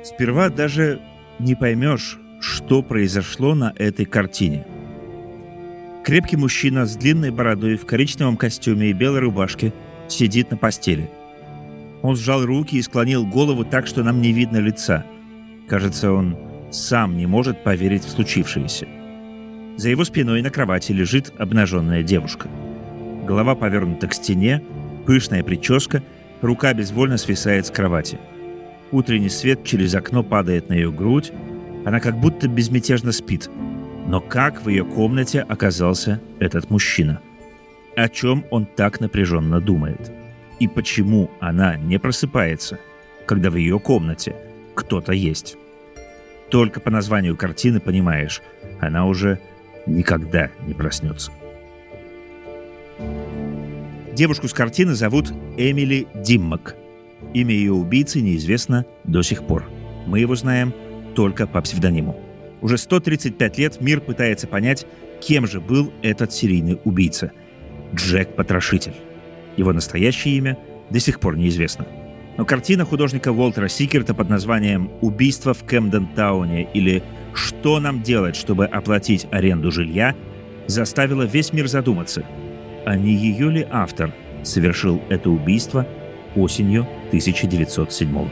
Сперва даже не поймешь, что произошло на этой картине. Крепкий мужчина с длинной бородой в коричневом костюме и белой рубашке сидит на постели. Он сжал руки и склонил голову так, что нам не видно лица. Кажется, он сам не может поверить в случившееся. За его спиной на кровати лежит обнаженная девушка. Голова повернута к стене, пышная прическа, рука безвольно свисает с кровати. Утренний свет через окно падает на ее грудь, она как будто безмятежно спит. Но как в ее комнате оказался этот мужчина? О чем он так напряженно думает? И почему она не просыпается, когда в ее комнате кто-то есть? Только по названию картины понимаешь, она уже никогда не проснется. Девушку с картины зовут Эмили Диммак. Имя ее убийцы неизвестно до сих пор. Мы его знаем только по псевдониму. Уже 135 лет мир пытается понять, кем же был этот серийный убийца. Джек-потрошитель. Его настоящее имя до сих пор неизвестно. Но картина художника Уолтера Сикерта под названием «Убийство в Кэмден-тауне» или «Что нам делать, чтобы оплатить аренду жилья» заставила весь мир задуматься, а не ее ли автор совершил это убийство осенью 1907 года.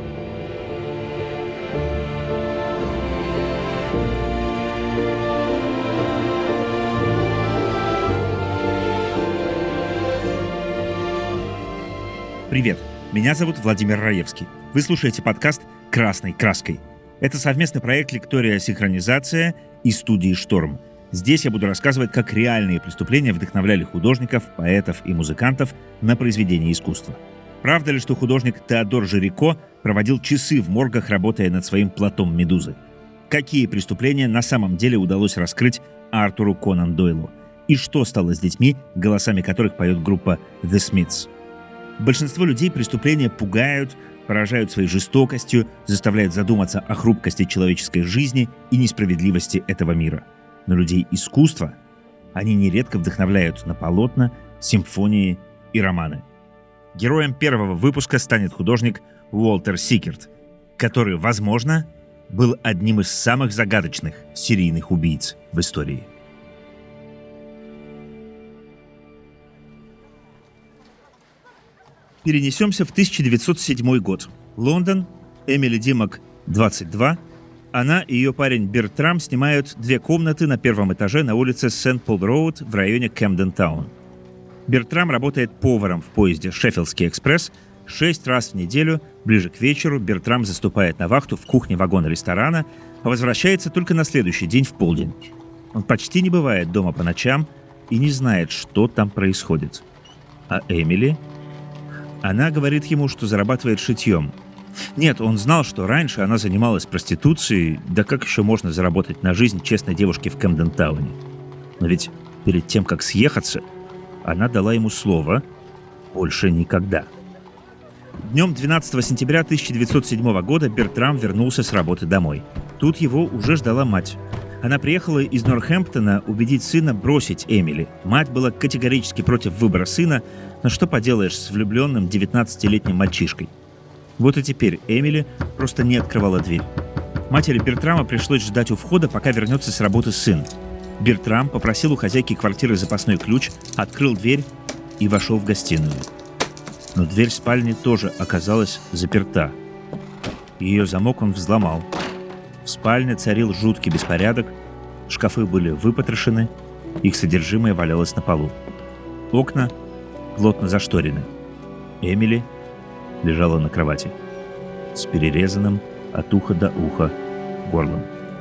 Привет, меня зовут Владимир Раевский. Вы слушаете подкаст «Красной краской». Это совместный проект «Лектория Синхронизация» и студии «Шторм». Здесь я буду рассказывать, как реальные преступления вдохновляли художников, поэтов и музыкантов на произведение искусства. Правда ли, что художник Теодор Жирико проводил часы в моргах, работая над своим плотом «Медузы»? Какие преступления на самом деле удалось раскрыть Артуру Конан Дойлу? И что стало с детьми, голосами которых поет группа The Smiths? Большинство людей преступления пугают, поражают своей жестокостью, заставляют задуматься о хрупкости человеческой жизни и несправедливости этого мира. Но людей искусства они нередко вдохновляют на полотна, симфонии и романы. Героем первого выпуска станет художник Уолтер Сикерт, который, возможно, был одним из самых загадочных серийных убийц в истории. Перенесемся в 1907 год. Лондон, Эмили Диммак, 22. Она и ее парень Бертрам снимают 2 комнаты на первом этаже на улице Сент-Пол-Роуд в районе Кэмден-таун. Бертрам работает поваром в поезде «Шеффилдский экспресс». 6 раз в неделю, ближе к вечеру, Бертрам заступает на вахту в кухне вагона ресторана, а возвращается только на следующий день в полдень. Он почти не бывает дома по ночам и не знает, что там происходит. А Эмили... Она говорит ему, что зарабатывает шитьем. Нет, он знал, что раньше она занималась проституцией, да как еще можно заработать на жизнь честной девушки в Кэмден-тауне? Но ведь перед тем, как съехаться, она дала ему слово «больше никогда». Днем 12 сентября 1907 года Бертрам вернулся с работы домой. Тут его уже ждала мать. Она приехала из Нортхэмптона убедить сына бросить Эмили. Мать была категорически против выбора сына, но что поделаешь с влюбленным 19-летним мальчишкой. Вот и теперь Эмили просто не открывала дверь. Матери Бертрама пришлось ждать у входа, пока вернется с работы сын. Бертрам попросил у хозяйки квартиры запасной ключ, открыл дверь и вошел в гостиную. Но дверь спальни тоже оказалась заперта. Ее замок он взломал. В спальне царил жуткий беспорядок, шкафы были выпотрошены, их содержимое валялось на полу. Окна плотно зашторены. Эмили лежала на кровати с перерезанным от уха до уха горлом.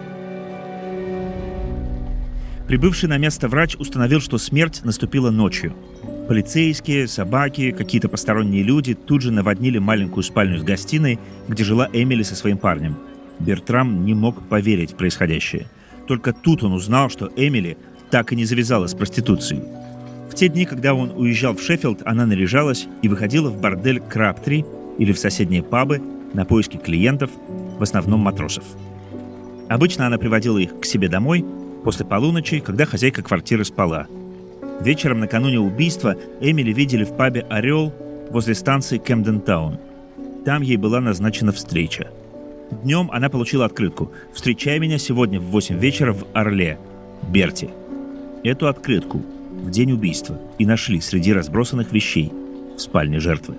Прибывший на место врач установил, что смерть наступила ночью. Полицейские, собаки, какие-то посторонние люди тут же наводнили маленькую спальню с гостиной, где жила Эмили со своим парнем. Бертрам не мог поверить в происходящее. Только тут он узнал, что Эмили так и не завязала с проституцией. В те дни, когда он уезжал в Шеффилд, она наряжалась и выходила в бордель Крабтри или в соседние пабы на поиски клиентов, в основном матросов. Обычно она приводила их к себе домой после полуночи, когда хозяйка квартиры спала. Вечером накануне убийства Эмили видели в пабе «Орел» возле станции Кэмден-таун. Там ей была назначена встреча. Днем она получила открытку: «Встречай меня сегодня в 8 вечера в Орле. Берти». Эту открытку в день убийства и нашли среди разбросанных вещей в спальне жертвы.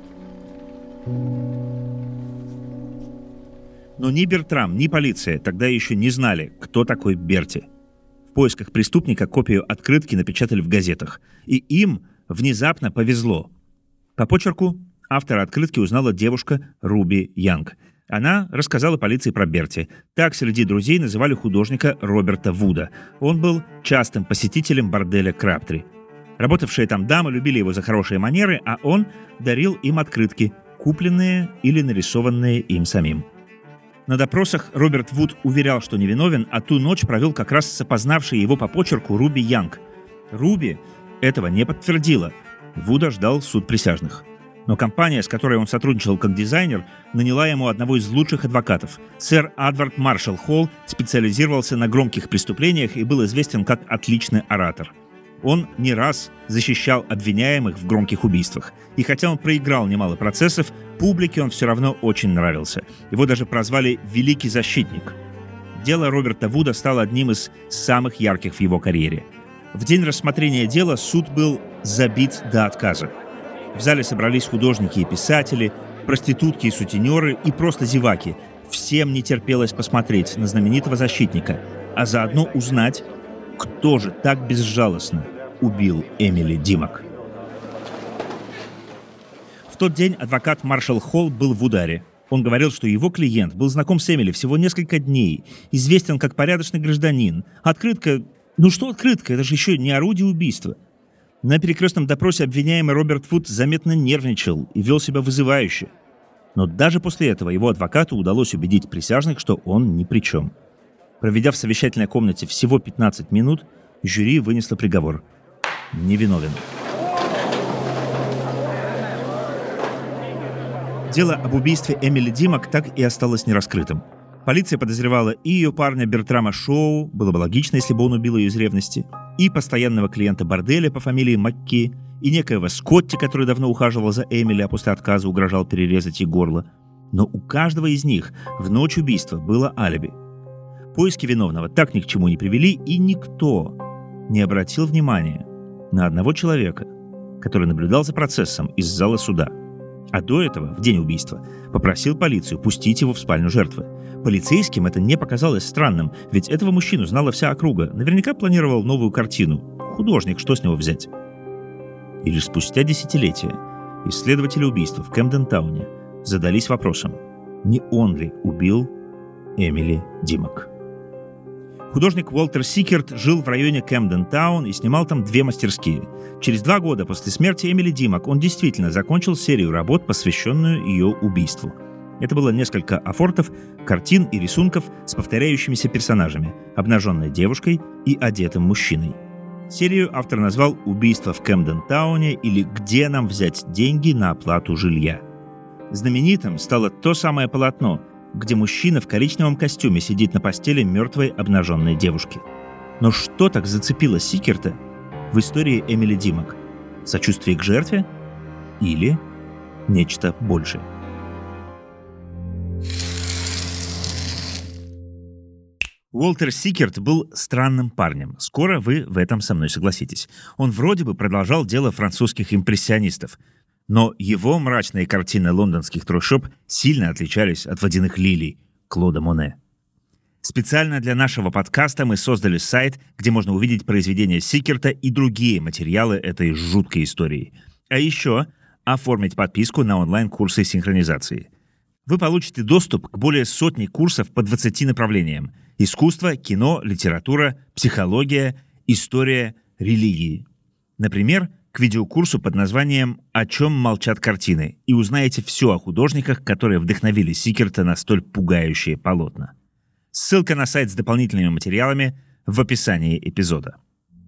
Но ни Бертрам, ни полиция тогда еще не знали, кто такой Берти. В поисках преступника копию открытки напечатали в газетах, и им внезапно повезло. По почерку автора открытки узнала девушка Руби Янг. Она рассказала полиции про Берти. Так среди друзей называли художника Роберта Вуда. Он был частым посетителем борделя Краптри. Работавшие там дамы любили его за хорошие манеры, а он дарил им открытки, купленные или нарисованные им самим. На допросах Роберт Вуд уверял, что невиновен, а ту ночь провел как раз с опознавшей его по почерку Руби Янг. Руби этого не подтвердила. Вуда ждал суд присяжных. Но компания, с которой он сотрудничал как дизайнер, наняла ему одного из лучших адвокатов. Сэр Адвард Маршалл Холл специализировался на громких преступлениях и был известен как отличный оратор. Он не раз защищал обвиняемых в громких убийствах. И хотя он проиграл немало процессов, публике он все равно очень нравился. Его даже прозвали «Великий защитник». Дело Роберта Вуда стало одним из самых ярких в его карьере. В день рассмотрения дела суд был забит до отказа. В зале собрались художники и писатели, проститутки и сутенеры и просто зеваки. Всем не терпелось посмотреть на знаменитого защитника, а заодно узнать, кто же так безжалостно убил Эмили Димак. В тот день адвокат Маршалл Холл был в ударе. Он говорил, что его клиент был знаком с Эмили всего несколько дней, известен как порядочный гражданин. Открытка... Ну что открытка? Это же еще не орудие убийства. На перекрестном допросе обвиняемый Роберт Вуд заметно нервничал и вел себя вызывающе. Но даже после этого его адвокату удалось убедить присяжных, что он ни при чем. Проведя в совещательной комнате всего 15 минут, жюри вынесло приговор: невиновен. Дело об убийстве Эмили Димак так и осталось нераскрытым. Полиция подозревала и ее парня Бертрама Шоу, было бы логично, если бы он убил ее из ревности, и постоянного клиента борделя по фамилии Макки, и некоего Скотти, который давно ухаживал за Эмили, а после отказа угрожал перерезать ей горло. Но у каждого из них в ночь убийства было алиби. Поиски виновного так ни к чему не привели, и никто не обратил внимания на одного человека, который наблюдал за процессом из зала суда. А до этого, в день убийства, попросил полицию пустить его в спальню жертвы. Полицейским это не показалось странным, ведь этого мужчину знала вся округа. Наверняка планировал новую картину. Художник, что с него взять? И лишь спустя десятилетия исследователи убийства в Кэмден-тауне задались вопросом, не он ли убил Эмили Димак. Художник Уолтер Сикерт жил в районе Кэмден-таун и снимал там 2 мастерские. Через 2 года после смерти Эмили Димак он действительно закончил серию работ, посвященную ее убийству. Это было несколько афортов, картин и рисунков с повторяющимися персонажами, обнаженной девушкой и одетым мужчиной. Серию автор назвал «Убийство в Кэмден-тауне» или «Где нам взять деньги на оплату жилья?». Знаменитым стало то самое полотно, где мужчина в коричневом костюме сидит на постели мертвой обнаженной девушки. Но что так зацепило Сикерта в истории Эмили Димак? Сочувствие к жертве или нечто большее? Уолтер Сикерт был странным парнем. Скоро вы в этом со мной согласитесь. Он вроде бы продолжал дело французских импрессионистов, но его мрачные картины лондонских трущоб сильно отличались от водяных лилий Клода Моне. Специально для нашего подкаста мы создали сайт, где можно увидеть произведения Сикерта и другие материалы этой жуткой истории. А еще оформить подписку на онлайн-курсы синхронизации. Вы получите доступ к более 100 курсов по 20 направлениям: искусство, кино, литература, психология, история, религии. Например, к видеокурсу под названием «О чем молчат картины», и узнаете все о художниках, которые вдохновили Сикерта на столь пугающие полотна. Ссылка на сайт с дополнительными материалами в описании эпизода.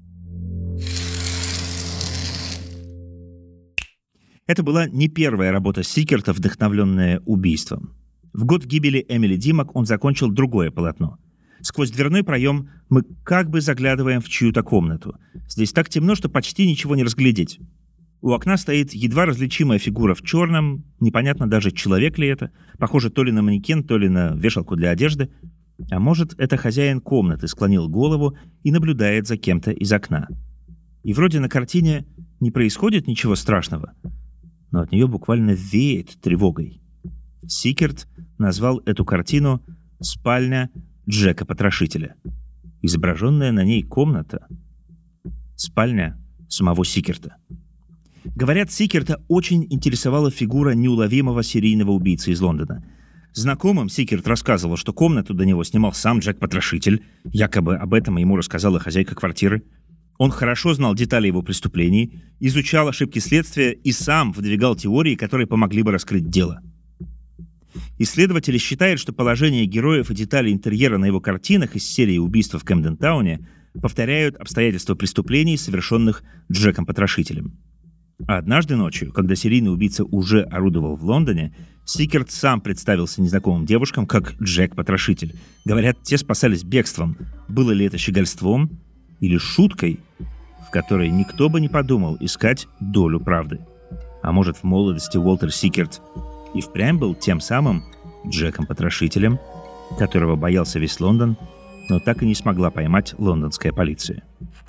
Это была не первая работа Сикерта, вдохновленная убийством. В год гибели Эмили Димак он закончил другое полотно. Сквозь дверной проем мы как бы заглядываем в чью-то комнату. Здесь так темно, что почти ничего не разглядеть. У окна стоит едва различимая фигура в черном, непонятно даже, человек ли это, похоже то ли на манекен, то ли на вешалку для одежды. А может, это хозяин комнаты склонил голову и наблюдает за кем-то из окна. И вроде на картине не происходит ничего страшного, но от нее буквально веет тревогой. Сикерт назвал эту картину «Спальня Джека-потрошителя». Изображенная на ней комната — спальня самого Сикерта. Говорят, Сикерта очень интересовала фигура неуловимого серийного убийцы из Лондона. Знакомым Сикерт рассказывал, что комнату до него снимал сам Джек-потрошитель. Якобы об этом ему рассказала хозяйка квартиры. Он хорошо знал детали его преступлений, изучал ошибки следствия и сам выдвигал теории, которые помогли бы раскрыть дело. Исследователи считают, что положение героев и детали интерьера на его картинах из серии «Убийства в Кэмден-тауне» повторяют обстоятельства преступлений, совершенных Джеком-потрошителем. А однажды ночью, когда серийный убийца уже орудовал в Лондоне, Сикерт сам представился незнакомым девушкам как Джек-потрошитель. Говорят, те спасались бегством. Было ли это щегольством или шуткой, в которой никто бы не подумал искать долю правды? А может, в молодости Уолтер Сикерт и впрямь был тем самым Джеком-потрошителем, которого боялся весь Лондон, но так и не смогла поймать лондонская полиция.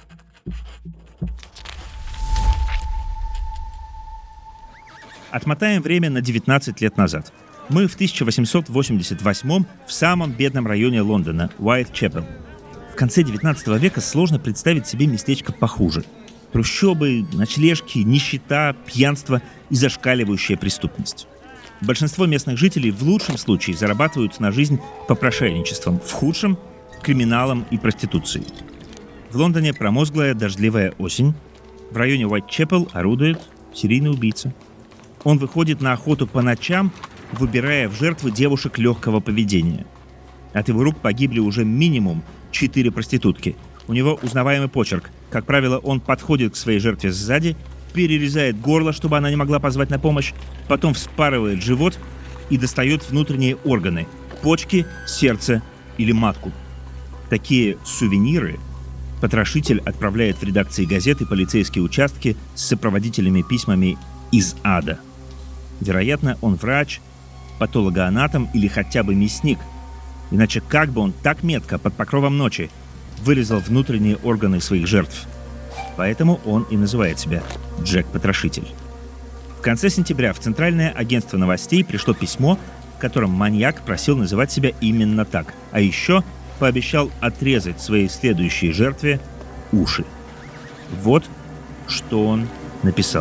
Отмотаем время на 19 лет назад. Мы в 1888 в самом бедном районе Лондона, Уайтчепел. В конце 19 века сложно представить себе местечко похуже. Трущобы, ночлежки, нищета, пьянство и зашкаливающая преступность. Большинство местных жителей в лучшем случае зарабатывают на жизнь попрошайничеством, в худшем – криминалом и проституцией. В Лондоне промозглая дождливая осень. В районе Уайтчепел орудует серийный убийца. Он выходит на охоту по ночам, выбирая в жертвы девушек легкого поведения. От его рук погибли уже минимум 4 проститутки. У него узнаваемый почерк. Как правило, он подходит к своей жертве сзади, перерезает горло, чтобы она не могла позвать на помощь, потом вспарывает живот и достает внутренние органы – почки, сердце или матку. Такие сувениры потрошитель отправляет в редакции газет и полицейские участки с сопроводительными письмами из ада. Вероятно, он врач, патологоанатом или хотя бы мясник. Иначе как бы он так метко под покровом ночи вырезал внутренние органы своих жертв? Поэтому он и называет себя Джек-потрошитель. В конце сентября в Центральное агентство новостей пришло письмо, в котором маньяк просил называть себя именно так, а еще пообещал отрезать своей следующей жертве уши. Вот что он написал.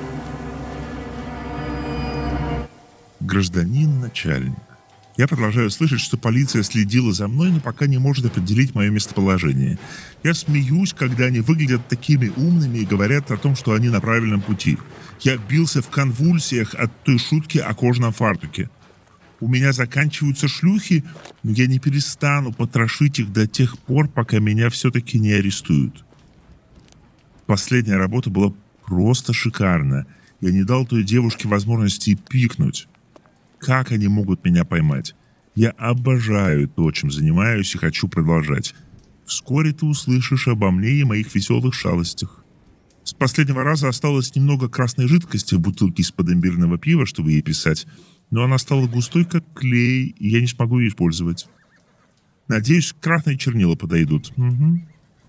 Гражданин начальник, я продолжаю слышать, что полиция следила за мной, но пока не может определить мое местоположение. Я смеюсь, когда они выглядят такими умными и говорят о том, что они на правильном пути. Я бился в конвульсиях от той шутки о кожаном фартуке. У меня заканчиваются шлюхи, но я не перестану потрошить их до тех пор, пока меня все-таки не арестуют. Последняя работа была просто шикарна. Я не дал той девушке возможности пикнуть. Как они могут меня поймать? Я обожаю то, чем занимаюсь, и хочу продолжать. Вскоре ты услышишь обо мне и моих веселых шалостях. С последнего раза осталось немного красной жидкости в бутылке из-под имбирного пива, чтобы ей писать, но она стала густой, как клей, и я не смогу ее использовать. Надеюсь, красные чернила подойдут. Угу.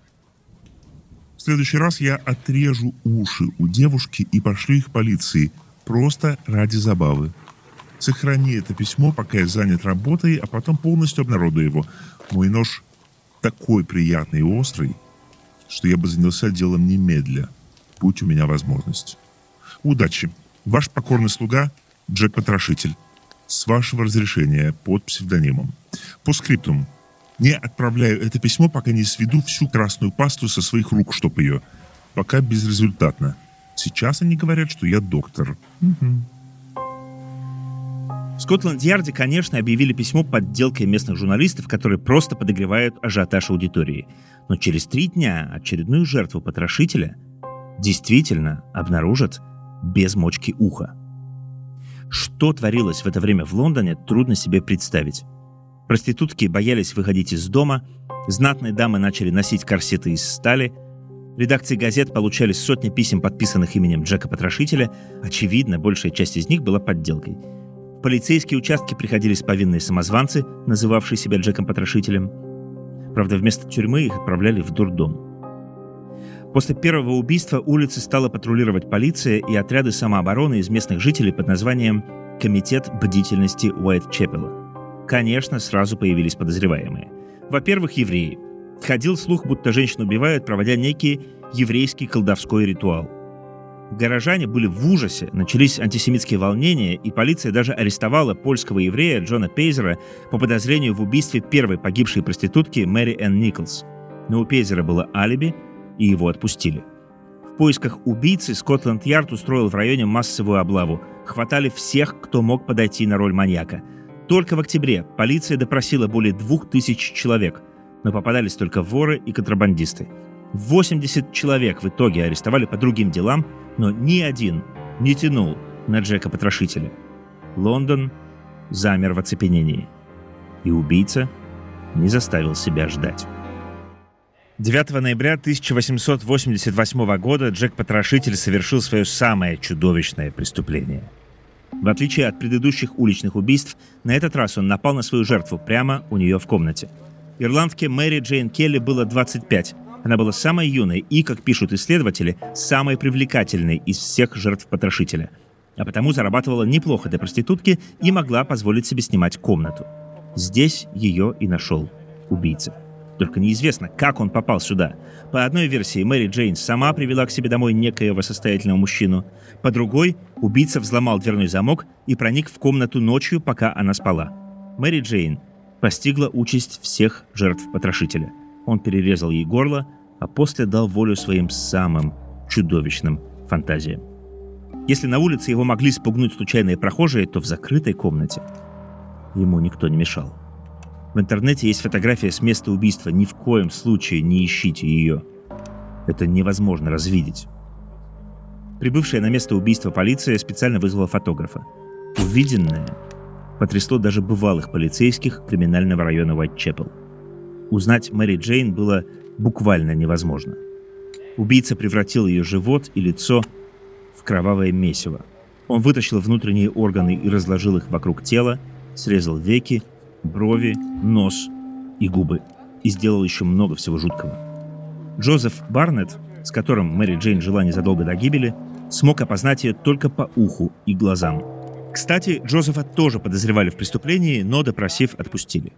В следующий раз я отрежу уши у девушки и пошлю их полиции, просто ради забавы. Сохрани это письмо, пока я занят работой, а потом полностью обнародую его. Мой нож такой приятный и острый, что я бы занялся делом немедля, будь у меня возможность. Удачи. Ваш покорный слуга Джек-потрошитель. С вашего разрешения, под псевдонимом. По скриптум. Не отправляю это письмо, пока не сведу всю красную пасту со своих рук, чтоб ее. Пока безрезультатно. Сейчас они говорят, что я доктор. Угу. В Скотланд-Ярде, конечно, объявили письмо подделкой местных журналистов, которые просто подогревают ажиотаж аудитории. Но через 3 дня очередную жертву потрошителя действительно обнаружат без мочки уха. Что творилось в это время в Лондоне, трудно себе представить. Проститутки боялись выходить из дома, знатные дамы начали носить корсеты из стали, редакции газет получались сотни писем, подписанных именем Джека Потрошителя. Очевидно, большая часть из них была подделкой. В полицейские участки приходились повинные самозванцы, называвшие себя Джеком Потрошителем. Правда, вместо тюрьмы их отправляли в дурдом. После первого убийства улицы стала патрулировать полиция и отряды самообороны из местных жителей под названием «Комитет бдительности Уайтчепела». Конечно, сразу появились подозреваемые. Во-первых, евреи. Ходил слух, будто женщин убивают, проводя некий еврейский колдовской ритуал. Горожане были в ужасе, начались антисемитские волнения, и полиция даже арестовала польского еврея Джона Пейзера по подозрению в убийстве первой погибшей проститутки Мэри Энн Николс. Но у Пейзера было алиби, и его отпустили. В поисках убийцы Скотланд-Ярд устроил в районе массовую облаву. Хватали всех, кто мог подойти на роль маньяка. Только в октябре полиция допросила более 2000 человек, но попадались только воры и контрабандисты. 80 человек в итоге арестовали по другим делам, но ни один не тянул на Джека Потрошителя. Лондон замер в оцепенении, и убийца не заставил себя ждать. 9 ноября 1888 года Джек Потрошитель совершил свое самое чудовищное преступление. В отличие от предыдущих уличных убийств, на этот раз он напал на свою жертву прямо у нее в комнате. Ирландке Мэри Джейн Келли было 25. Она была самой юной и, как пишут исследователи, самой привлекательной из всех жертв Потрошителя. А потому зарабатывала неплохо для проститутки и могла позволить себе снимать комнату. Здесь ее и нашел убийца. Только неизвестно, как он попал сюда. По одной версии, Мэри Джейн сама привела к себе домой некоего состоятельного мужчину. По другой, убийца взломал дверной замок и проник в комнату ночью, пока она спала. Мэри Джейн постигла участь всех жертв Потрошителя. Он перерезал ей горло, а после дал волю своим самым чудовищным фантазиям. Если на улице его могли спугнуть случайные прохожие, то в закрытой комнате ему никто не мешал. В интернете есть фотография с места убийства. Ни в коем случае не ищите ее. Это невозможно развидеть. Прибывшая на место убийства полиция специально вызвала фотографа. Увиденное потрясло даже бывалых полицейских криминального района Уайтчепел. Узнать Мэри Джейн было буквально невозможно. Убийца превратил ее живот и лицо в кровавое месиво. Он вытащил внутренние органы и разложил их вокруг тела, срезал веки, брови, нос и губы. И сделал еще много всего жуткого. Джозеф Барнетт, с которым Мэри Джейн жила незадолго до гибели, смог опознать ее только по уху и глазам. Кстати, Джозефа тоже подозревали в преступлении, но, допросив, отпустили.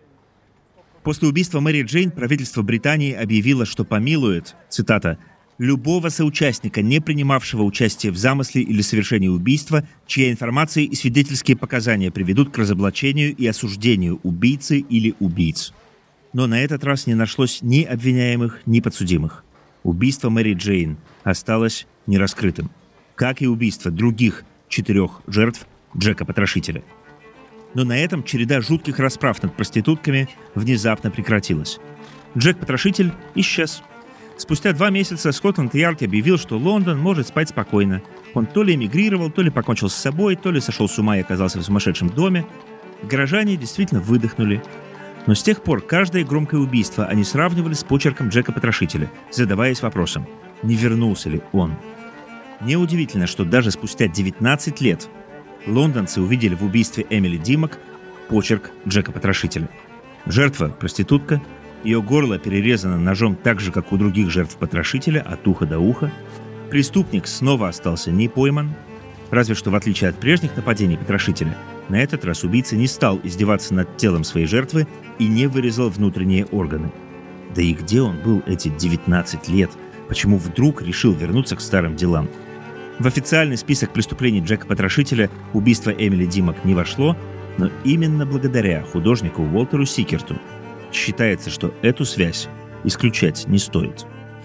После убийства Мэри Джейн правительство Британии объявило, что помилует, цитата, «любого соучастника, не принимавшего участие в замысле или совершении убийства, чья информация и свидетельские показания приведут к разоблачению и осуждению убийцы или убийц». Но на этот раз не нашлось ни обвиняемых, ни подсудимых. Убийство Мэри Джейн осталось нераскрытым, как и убийство других 4 жертв Джека Потрошителя. Но на этом череда жутких расправ над проститутками внезапно прекратилась. Джек Потрошитель исчез. Спустя 2 месяца Скотланд-Ярд объявил, что Лондон может спать спокойно. Он то ли эмигрировал, то ли покончил с собой, то ли сошел с ума и оказался в сумасшедшем доме. Горожане действительно выдохнули. Но с тех пор каждое громкое убийство они сравнивали с почерком Джека Потрошителя, задаваясь вопросом, не вернулся ли он. Неудивительно, что даже спустя 19 лет лондонцы увидели в убийстве Эмили Димок почерк Джека Потрошителя. Жертва – проститутка, ее горло перерезано ножом так же, как у других жертв Потрошителя, от уха до уха. Преступник снова остался не пойман, разве что в отличие от прежних нападений Потрошителя, на этот раз убийца не стал издеваться над телом своей жертвы и не вырезал внутренние органы. Да и где он был эти 19 лет? Почему вдруг решил вернуться к старым делам? В официальный список преступлений Джека Потрошителя убийство Эмили Димок не вошло, но именно благодаря художнику Уолтеру Сикерту считается, что эту связь исключать не стоит.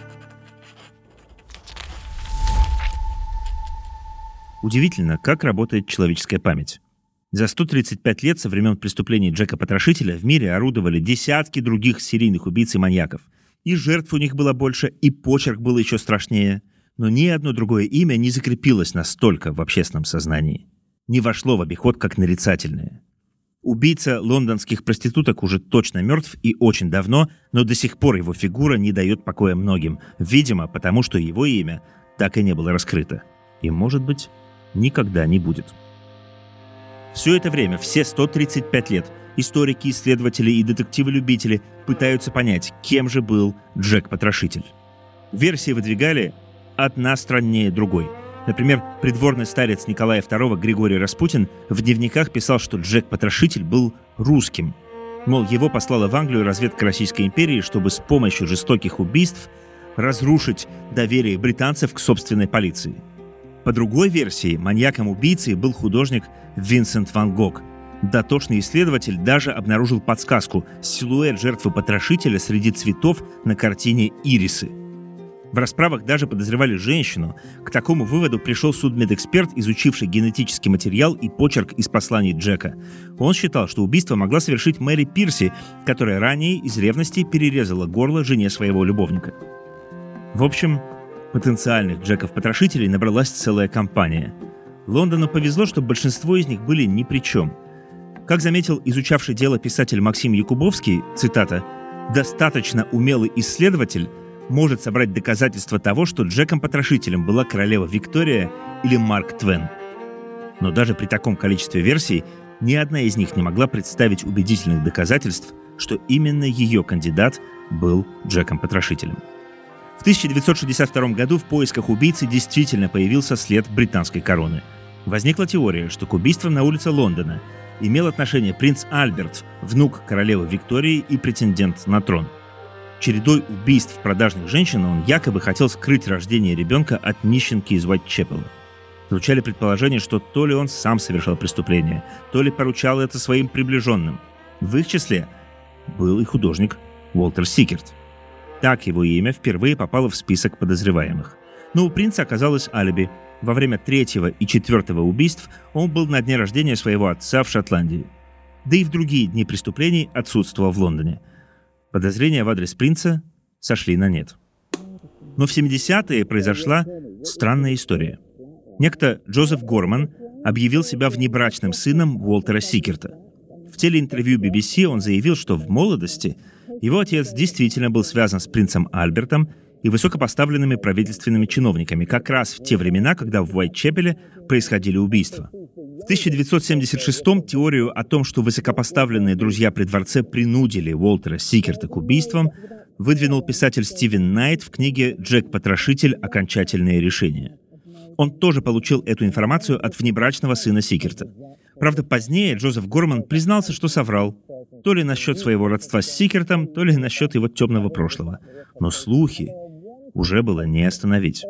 Удивительно, как работает человеческая память. За 135 лет со времен преступлений Джека Потрошителя в мире орудовали десятки других серийных убийц и маньяков. И жертв у них было больше, и почерк был еще страшнее. Но ни одно другое имя не закрепилось настолько в общественном сознании. Не вошло в обиход как нарицательное. Убийца лондонских проституток уже точно мертв и очень давно, но до сих пор его фигура не дает покоя многим, видимо, потому что его имя так и не было раскрыто. И, может быть, никогда не будет. Все это время, все 135 лет, историки, исследователи и детективы-любители пытаются понять, кем же был Джек-потрошитель. Версии выдвигали одна страннее другой. Например, придворный старец Николая II Григорий Распутин в дневниках писал, что Джек-потрошитель был русским. Мол, его послала в Англию разведка Российской империи, чтобы с помощью жестоких убийств разрушить доверие британцев к собственной полиции. По другой версии, маньяком-убийцей был художник Винсент ван Гог. Дотошный исследователь даже обнаружил подсказку – силуэт жертвы-потрошителя среди цветов на картине «Ирисы». В расправах даже подозревали женщину. К такому выводу пришел судмедэксперт, изучивший генетический материал и почерк из посланий Джека. Он считал, что убийство могла совершить Мэри Пирси, которая ранее из ревности перерезала горло жене своего любовника. В общем, потенциальных Джеков-потрошителей набралась целая компания. Лондону повезло, что большинство из них были ни при чем. Как заметил изучавший дело писатель Максим Якубовский, цитата, «достаточно умелый исследователь может собрать доказательства того, что Джеком-потрошителем была королева Виктория или Марк Твен». Но даже при таком количестве версий ни одна из них не могла представить убедительных доказательств, что именно ее кандидат был Джеком-потрошителем. В 1962 году в поисках убийцы действительно появился след британской короны. Возникла теория, что к убийствам на улице Лондона имел отношение принц Альберт, внук королевы Виктории и претендент на трон. Чередой убийств продажных женщин он якобы хотел скрыть рождение ребенка от нищенки из Уайтчепела. Звучали предположения, что то ли он сам совершал преступление, то ли поручал это своим приближенным. В их числе был и художник Уолтер Сикерт. Так его имя впервые попало в список подозреваемых. Но у принца оказалось алиби. Во время 3-го и 4-го убийств он был на дне рождения своего отца в Шотландии. Да и в другие дни преступлений отсутствовал в Лондоне. Подозрения в адрес принца сошли на нет. Но в 70-е произошла странная история. Некто Джозеф Горман объявил себя внебрачным сыном Уолтера Сикерта. В телеинтервью BBC он заявил, что в молодости его отец действительно был связан с принцем Альбертом и высокопоставленными правительственными чиновниками, как раз в те времена, когда в Уайтчепеле происходили убийства. В 1976-м теорию о том, что высокопоставленные друзья при дворце принудили Уолтера Сикерта к убийствам, выдвинул писатель Стивен Найт в книге «Джек-потрошитель. Окончательные решения». Он тоже получил эту информацию от внебрачного сына Сикерта. Правда, позднее Джозеф Горман признался, что соврал. То ли насчет своего родства с Сикертом, то ли насчет его темного прошлого. Но слухи уже было не остановить.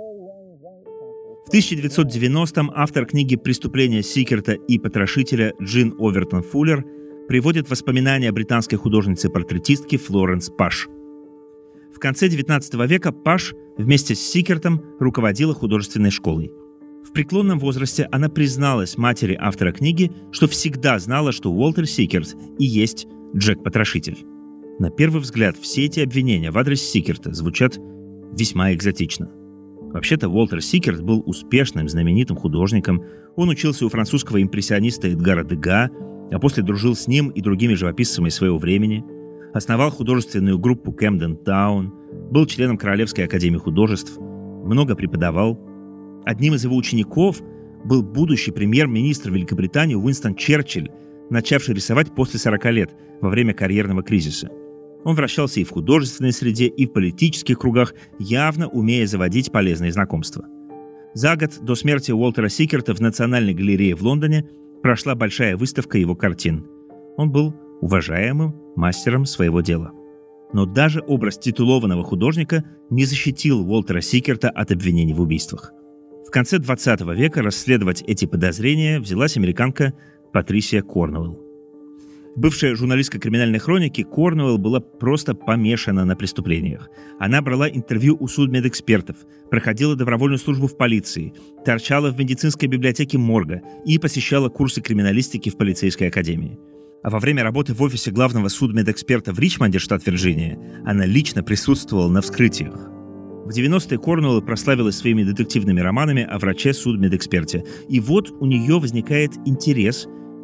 В 1990-м автор книги «Преступления Сикерта и потрошителя» Джин Овертон Фуллер приводит воспоминания британской художницы-портретистки Флоренс Паш. В конце XIX века Паш вместе с Сикертом руководила художественной школой. В преклонном возрасте она призналась матери автора книги, что всегда знала, что Уолтер Сикерт и есть Джек-потрошитель. На первый взгляд, все эти обвинения в адрес Сикерта звучат весьма экзотично. Вообще-то Уолтер Сикерт был успешным, знаменитым художником. Он учился у французского импрессиониста Эдгара Дега, а после дружил с ним и другими живописцами своего времени. Основал художественную группу Кэмден Таун, был членом Королевской академии художеств, много преподавал. Одним из его учеников был будущий премьер-министр Великобритании Уинстон Черчилль, начавший рисовать после 40 лет, во время карьерного кризиса. Он вращался и в художественной среде, и в политических кругах, явно умея заводить полезные знакомства. За год до смерти Уолтера Сикерта в Национальной галерее в Лондоне прошла большая выставка его картин. Он был уважаемым мастером своего дела. Но даже образ титулованного художника не защитил Уолтера Сикерта от обвинений в убийствах. В конце 20 века расследовать эти подозрения взялась американка Патрисия Корнуэлл. Бывшая журналистка криминальной хроники, Корнуэлл была просто помешана на преступлениях. Она брала интервью у судмедэкспертов, проходила добровольную службу в полиции, торчала в медицинской библиотеке морга и посещала курсы криминалистики в полицейской академии. А во время работы в офисе главного судмедэксперта в Ричмонде, штат Вирджиния, она лично присутствовала на вскрытиях. В 90-е Корнуэлл прославилась своими детективными романами о враче-судмедэксперте. И вот у нее возникает интерес к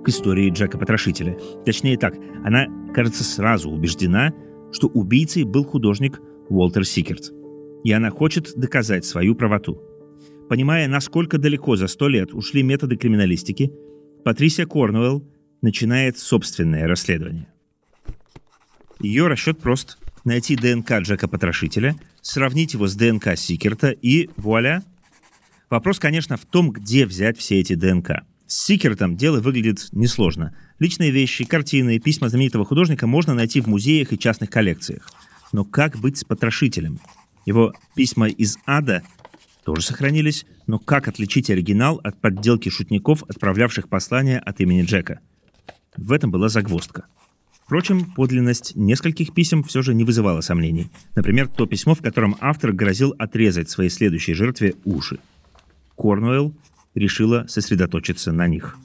к истории Джека Потрошителя. Точнее так, она, кажется, сразу убеждена, что убийцей был художник Уолтер Сикерт. И она хочет доказать свою правоту. Понимая, насколько далеко за 100 лет ушли методы криминалистики, Патрисия Корнуэлл начинает собственное расследование. Ее расчет прост – найти ДНК Джека Потрошителя, сравнить его с ДНК Сикерта и вуаля! Вопрос, конечно, в том, где взять все эти ДНК. С Сикертом дело выглядит несложно. Личные вещи, картины, письма знаменитого художника можно найти в музеях и частных коллекциях. Но как быть с Потрошителем? Его письма из ада тоже сохранились, но как отличить оригинал от подделки шутников, отправлявших послания от имени Джека? В этом была загвоздка. Впрочем, подлинность нескольких писем все же не вызывала сомнений. Например, то письмо, в котором автор грозил отрезать своей следующей жертве уши. Корнуэлл решила сосредоточиться на них.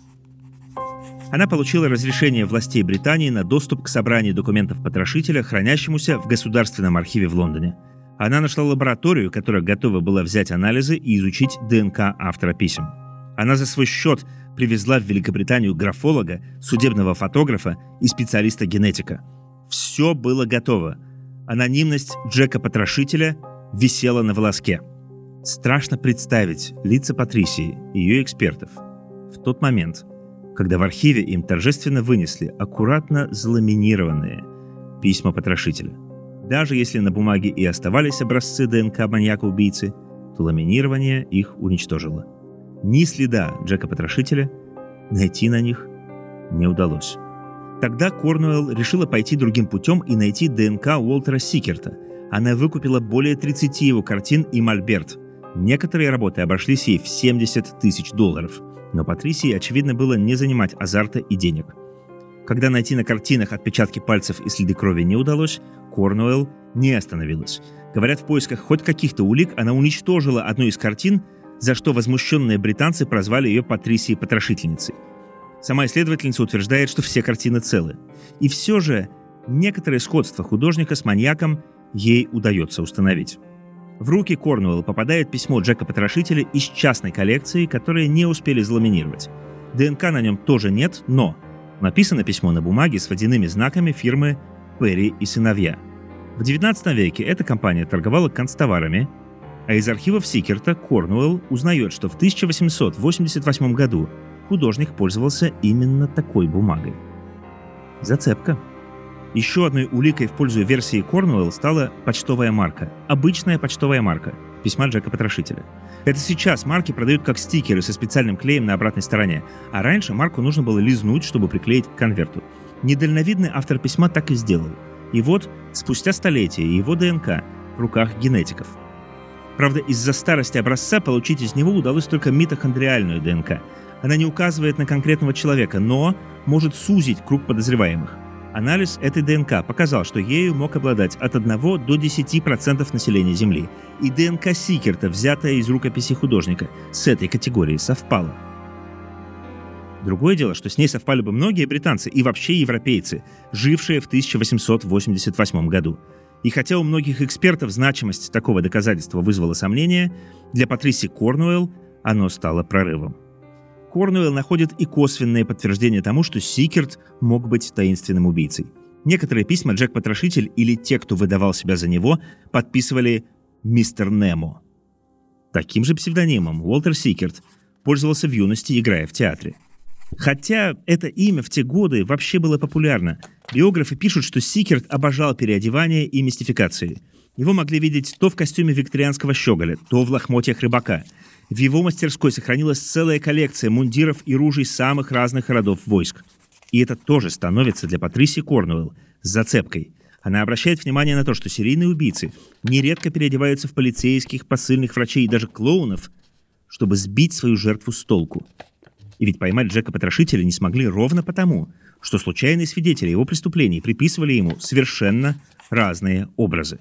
Она получила разрешение властей Британии на доступ к собранию документов Потрошителя, хранящемуся в Государственном архиве в Лондоне. Она нашла лабораторию, которая готова была взять анализы и изучить ДНК автора писем. Она за свой счет привезла в Великобританию графолога, судебного фотографа и специалиста-генетика. Все было готово. Анонимность Джека Потрошителя висела на волоске. Страшно представить лица Патрисии и ее экспертов в тот момент, когда в архиве им торжественно вынесли аккуратно заламинированные письма Потрошителя. Даже если на бумаге и оставались образцы ДНК маньяка-убийцы, то ламинирование их уничтожило. Ни следа Джека Потрошителя найти на них не удалось. Тогда Корнуэлл решила пойти другим путем и найти ДНК Уолтера Сикерта. Она выкупила более 30 его картин и мольберт. Некоторые работы обошлись ей в $70 тысяч. Но Патрисии, очевидно, было не занимать азарта и денег. Когда найти на картинах отпечатки пальцев и следы крови не удалось, Корнуэлл не остановилась. Говорят, в поисках хоть каких-то улик она уничтожила одну из картин, за что возмущенные британцы прозвали ее Патрисией Потрошительницей. Сама исследовательница утверждает, что все картины целы. И все же некоторое сходство художника с маньяком ей удается установить. В руки Корнуэлл попадает письмо Джека Потрошителя из частной коллекции, которые не успели заламинировать. ДНК на нем тоже нет, но написано письмо на бумаге с водяными знаками фирмы «Перри и сыновья». В XIX веке эта компания торговала канцтоварами, а из архивов Сикерта Корнуэлл узнает, что в 1888 году художник пользовался именно такой бумагой. Зацепка. Еще одной уликой в пользу версии Корнуэлл стала почтовая марка. Обычная почтовая марка письма Джека Потрошителя. Это сейчас марки продают как стикеры со специальным клеем на обратной стороне, а раньше марку нужно было лизнуть, чтобы приклеить к конверту. Недальновидный автор письма так и сделал. И вот, спустя столетия, его ДНК в руках генетиков. Правда, из-за старости образца получить из него удалось только митохондриальную ДНК. Она не указывает на конкретного человека, но может сузить круг подозреваемых. Анализ этой ДНК показал, что ею мог обладать от 1 до 10% населения Земли. И ДНК Сикерта, взятая из рукописи художника, с этой категорией совпала. Другое дело, что с ней совпали бы многие британцы и вообще европейцы, жившие в 1888 году. И хотя у многих экспертов значимость такого доказательства вызвала сомнения, для Патрисии Корнуэлл оно стало прорывом. Корнуэлл находит и косвенные подтверждения тому, что Сикерт мог быть таинственным убийцей. Некоторые письма Джек Потрошитель или те, кто выдавал себя за него, подписывали «Мистер Немо». Таким же псевдонимом Уолтер Сикерт пользовался в юности, играя в театре. Хотя это имя в те годы вообще было популярно. Биографы пишут, что Сикерт обожал переодевание и мистификации. Его могли видеть то в костюме викторианского щеголя, то в лохмотьях рыбака. В его мастерской сохранилась целая коллекция мундиров и ружей самых разных родов войск. И это тоже становится для Патрисии Корнуэлл зацепкой. Она обращает внимание на то, что серийные убийцы нередко переодеваются в полицейских, посыльных, врачей и даже клоунов, чтобы сбить свою жертву с толку. И ведь поймать Джека Потрошителя не смогли ровно потому, что случайные свидетели его преступлений приписывали ему совершенно разные образы.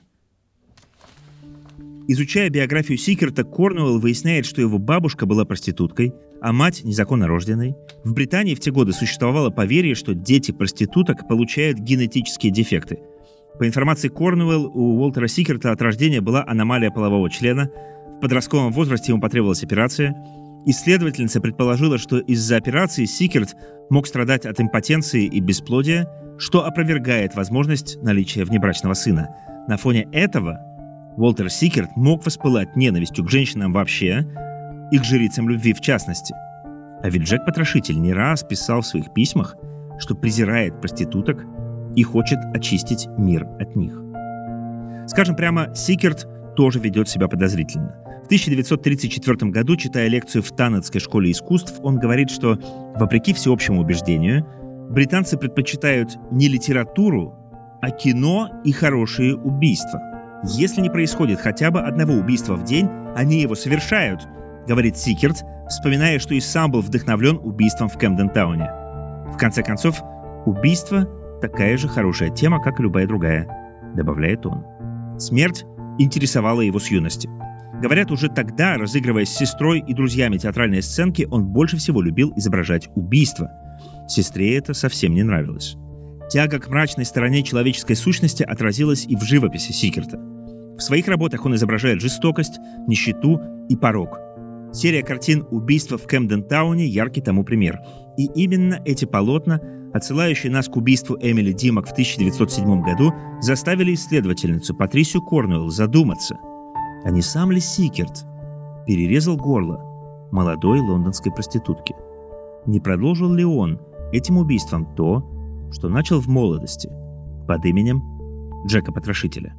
Изучая биографию Сикерта, Корнуэлл выясняет, что его бабушка была проституткой, а мать незаконно рожденной. В Британии в те годы существовало поверье, что дети проституток получают генетические дефекты. По информации Корнуэлл, у Уолтера Сикерта от рождения была аномалия полового члена. В подростковом возрасте ему потребовалась операция. Исследовательница предположила, что из-за операции Сикерт мог страдать от импотенции и бесплодия, что опровергает возможность наличия внебрачного сына. На фоне этого Уолтер Сикерт мог воспылать ненавистью к женщинам вообще и к жрицам любви в частности. А ведь Джек-потрошитель не раз писал в своих письмах, что презирает проституток и хочет очистить мир от них. Скажем прямо, Сикерт тоже ведет себя подозрительно. В 1934 году, читая лекцию в Танетской школе искусств, он говорит, что, вопреки всеобщему убеждению, британцы предпочитают не литературу, а кино и хорошие убийства. Если не происходит хотя бы одного убийства в день, они его совершают, говорит Сикерт, вспоминая, что и сам был вдохновлен убийством в Кэмден-тауне. В конце концов, убийство – такая же хорошая тема, как и любая другая, добавляет он. Смерть интересовала его с юности. Говорят, уже тогда, разыгрывая с сестрой и друзьями театральные сценки, он больше всего любил изображать убийство. Сестре это совсем не нравилось. Тяга к мрачной стороне человеческой сущности отразилась и в живописи Сикерта. В своих работах он изображает жестокость, нищету и порок. Серия картин «Убийство в Кэмден-тауне» — яркий тому пример. И именно эти полотна, отсылающие нас к убийству Эмили Димак в 1907 году, заставили исследовательницу Патрисию Корнуэлл задуматься, а не сам ли Сикерт перерезал горло молодой лондонской проститутки? Не продолжил ли он этим убийством то, что начал в молодости под именем Джека-потрошителя?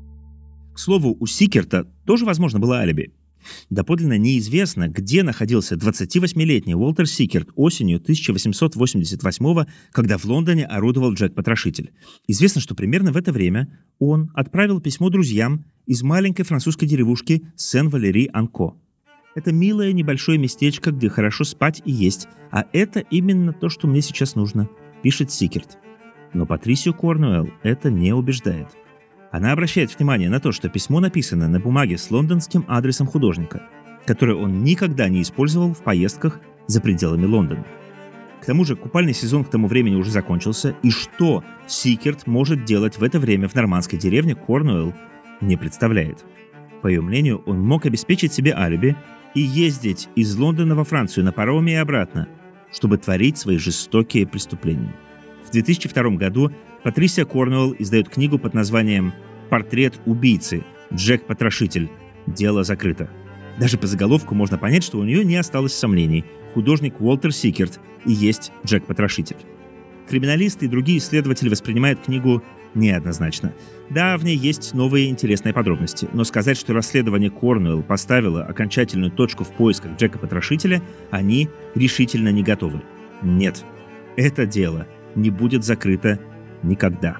К слову, у Сикерта тоже, возможно, было алиби. Доподлинно неизвестно, где находился 28-летний Уолтер Сикерт осенью 1888-го, когда в Лондоне орудовал Джек-потрошитель. Известно, что примерно в это время он отправил письмо друзьям из маленькой французской деревушки Сен-Валери-Анко. Это милое небольшое местечко, где хорошо спать и есть, а это именно то, что мне сейчас нужно, пишет Сикерт. Но Патрисию Корнуэлл это не убеждает. Она обращает внимание на то, что письмо написано на бумаге с лондонским адресом художника, который он никогда не использовал в поездках за пределами Лондона. К тому же купальный сезон к тому времени уже закончился, и что Сикерт может делать в это время в нормандской деревне, Корнуэлл не представляет. По ее мнению, он мог обеспечить себе алиби и ездить из Лондона во Францию на пароме и обратно, чтобы творить свои жестокие преступления. В 2002 году Патрисия Корнуэлл издает книгу под названием «Портрет убийцы. Джек-потрошитель. Дело закрыто». Даже по заголовку можно понять, что у нее не осталось сомнений. Художник Уолтер Сикерт и есть Джек-потрошитель. Криминалисты и другие исследователи воспринимают книгу неоднозначно. Да, в ней есть новые интересные подробности, но сказать, что расследование Корнуэлл поставило окончательную точку в поисках Джека-потрошителя, они решительно не готовы. Нет, это дело не будет закрыто никогда.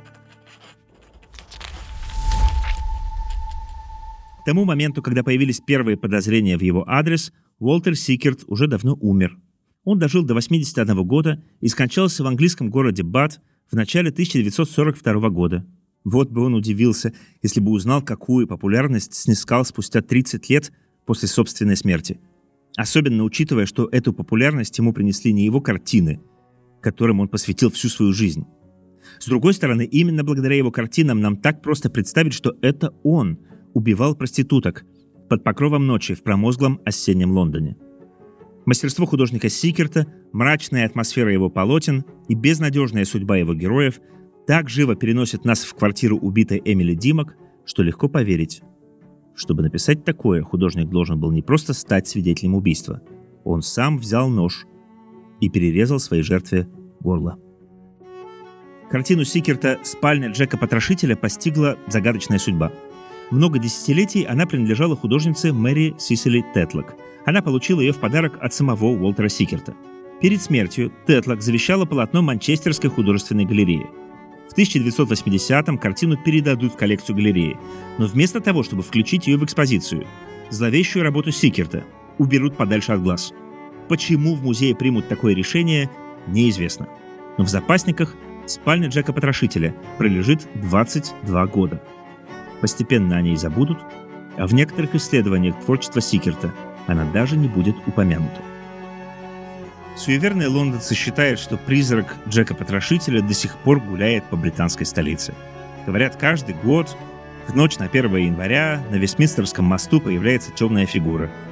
К тому моменту, когда появились первые подозрения в его адрес, Уолтер Сикерт уже давно умер. Он дожил до 81 года и скончался в английском городе Бат в начале 1942 года. Вот бы он удивился, если бы узнал, какую популярность снискал спустя 30 лет после собственной смерти. Особенно учитывая, что эту популярность ему принесли не его картины, которым он посвятил всю свою жизнь. С другой стороны, именно благодаря его картинам нам так просто представить, что это он убивал проституток под покровом ночи в промозглом осеннем Лондоне. Мастерство художника Сикерта, мрачная атмосфера его полотен и безнадежная судьба его героев так живо переносят нас в квартиру убитой Эмили Димак, что легко поверить. Чтобы написать такое, художник должен был не просто стать свидетелем убийства. Он сам взял нож и перерезал своей жертве горло. Картину Сикерта «Спальня Джека-потрошителя» постигла загадочная судьба. Много десятилетий она принадлежала художнице Мэри Сисили Тетлок. Она получила ее в подарок от самого Уолтера Сикерта. Перед смертью Тетлок завещала полотно Манчестерской художественной галереи. В 1980-м картину передадут в коллекцию галереи, но вместо того, чтобы включить ее в экспозицию, зловещую работу Сикерта уберут подальше от глаз. Почему в музее примут такое решение, неизвестно. Но в запасниках спальня Джека-потрошителя пролежит 22 года. Постепенно о ней забудут, а в некоторых исследованиях творчества Сикерта она даже не будет упомянута. Суеверные лондонцы считают, что призрак Джека-потрошителя до сих пор гуляет по британской столице. Говорят, каждый год в ночь на 1 января на Вестминстерском мосту появляется темная фигура.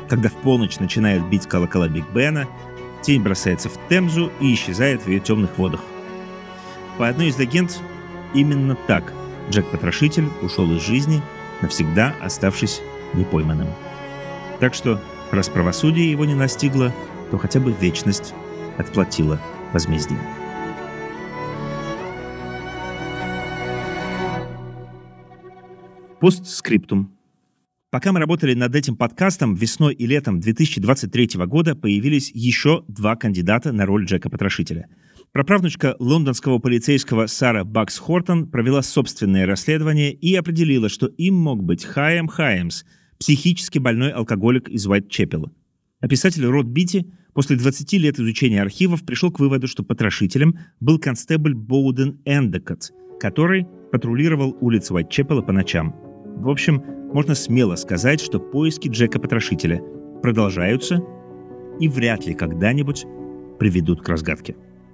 Когда в полночь начинают бить колокола Биг Бена, тень бросается в Темзу и исчезает в ее темных водах. По одной из легенд, именно так Джек-потрошитель ушел из жизни, навсегда оставшись непойманным. Так что, раз правосудие его не настигло, то хотя бы вечность отплатила возмездие. Постскриптум. Пока мы работали над этим подкастом, весной и летом 2023 года появились еще 2 кандидата на роль Джека-потрошителя. Праправнучка лондонского полицейского Сара Бакс Хортон провела собственное расследование и определила, что им мог быть Хайам Хайемс, психически больной алкоголик из Уайтчепела. А писатель Род Битти после 20 лет изучения архивов пришел к выводу, что потрошителем был констебль Боуден Эндекот, который патрулировал улицы Уайтчепела по ночам. В общем, можно смело сказать, что поиски Джека-потрошителя продолжаются и вряд ли когда-нибудь приведут к разгадке.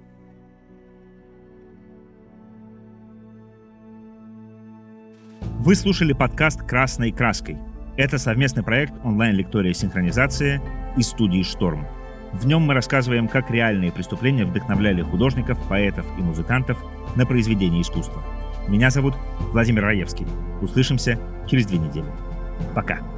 Вы слушали подкаст «Красной краской». Это совместный проект онлайн-лектория «Синхронизация» и студии «Шторм». В нем мы рассказываем, как реальные преступления вдохновляли художников, поэтов и музыкантов на произведение искусства. Меня зовут Владимир Раевский. Услышимся через 2 недели. Пока.